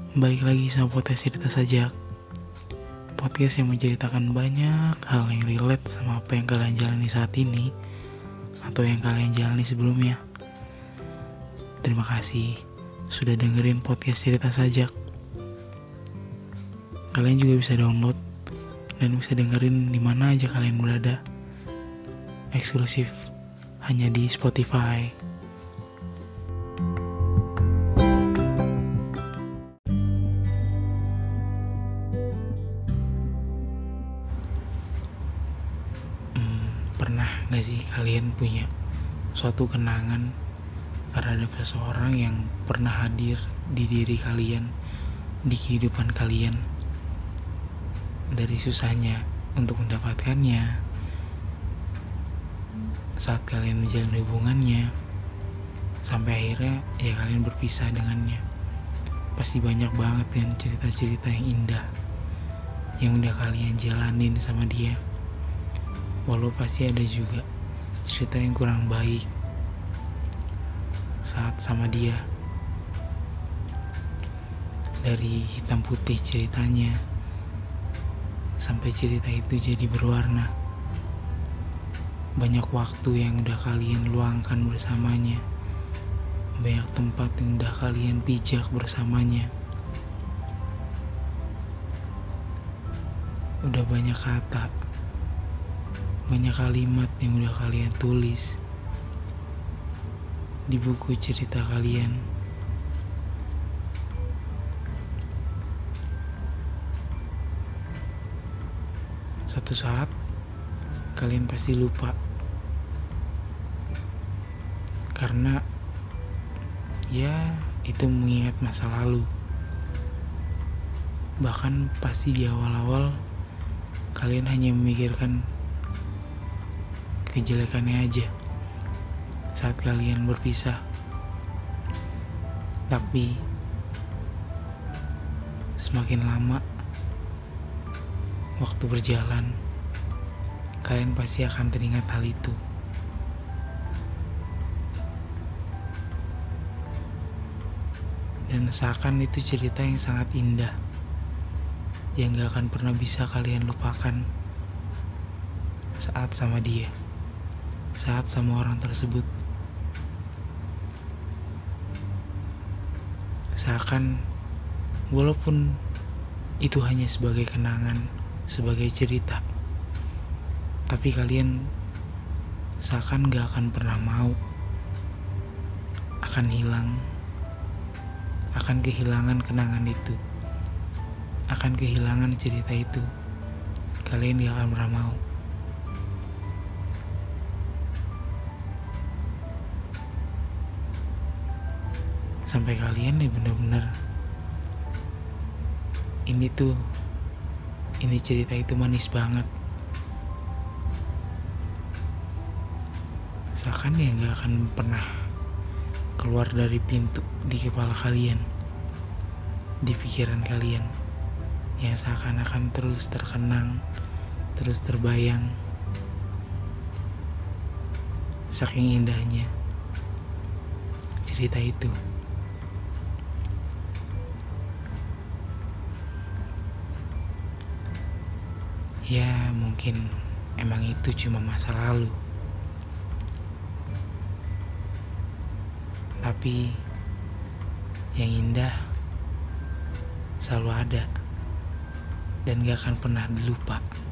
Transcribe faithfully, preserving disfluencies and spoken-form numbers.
Balik lagi sama podcast cerita sajak. Podcast yang menceritakan banyak hal yang relate sama apa yang kalian jalani saat ini atau yang kalian jalani sebelumnya. Terima kasih sudah dengerin podcast cerita sajak. Kalian juga bisa download dan bisa dengerin di mana aja kalian berada. Eksklusif hanya di Spotify. Pernah gak sih kalian punya suatu kenangan terhadap seseorang yang pernah hadir di diri kalian, di kehidupan kalian, dari susahnya untuk mendapatkannya, saat kalian menjalin hubungannya, sampai akhirnya ya kalian berpisah dengannya. Pasti banyak banget kan cerita-cerita yang indah yang udah kalian jalanin sama dia. Walau pasti ada juga cerita yang kurang baik saat sama dia. Dari hitam putih ceritanya sampai cerita itu jadi berwarna. Banyak waktu yang udah kalian luangkan bersamanya, banyak tempat yang udah kalian pijak bersamanya. Udah banyak kata, banyak kalimat yang udah kalian tulis di buku cerita kalian. Suatu saat kalian pasti lupa, karena ya itu mengingat masa lalu. Bahkan pasti di awal-awal kalian hanya memikirkan kejelekannya aja saat kalian berpisah. Tapi semakin lama waktu berjalan, kalian pasti akan teringat hal itu. Dan seakan itu cerita yang sangat indah, yang gak akan pernah bisa kalian lupakan saat sama dia, saat sama orang tersebut. Seakan walaupun itu hanya sebagai kenangan, sebagai cerita, tapi kalian seakan gak akan pernah mau, akan hilang, akan kehilangan kenangan itu, akan kehilangan cerita itu. Kalian gak akan pernah mau. Sampai kalian ya bener-bener ini tuh, ini cerita itu manis banget. Seakan ya gak akan pernah keluar dari pintu di kepala kalian, di pikiran kalian, yang seakan-akan terus terkenang, terus terbayang. Saking indahnya cerita itu. Ya mungkin emang itu cuma masa lalu, tapi yang indah selalu ada dan gak akan pernah dilupa.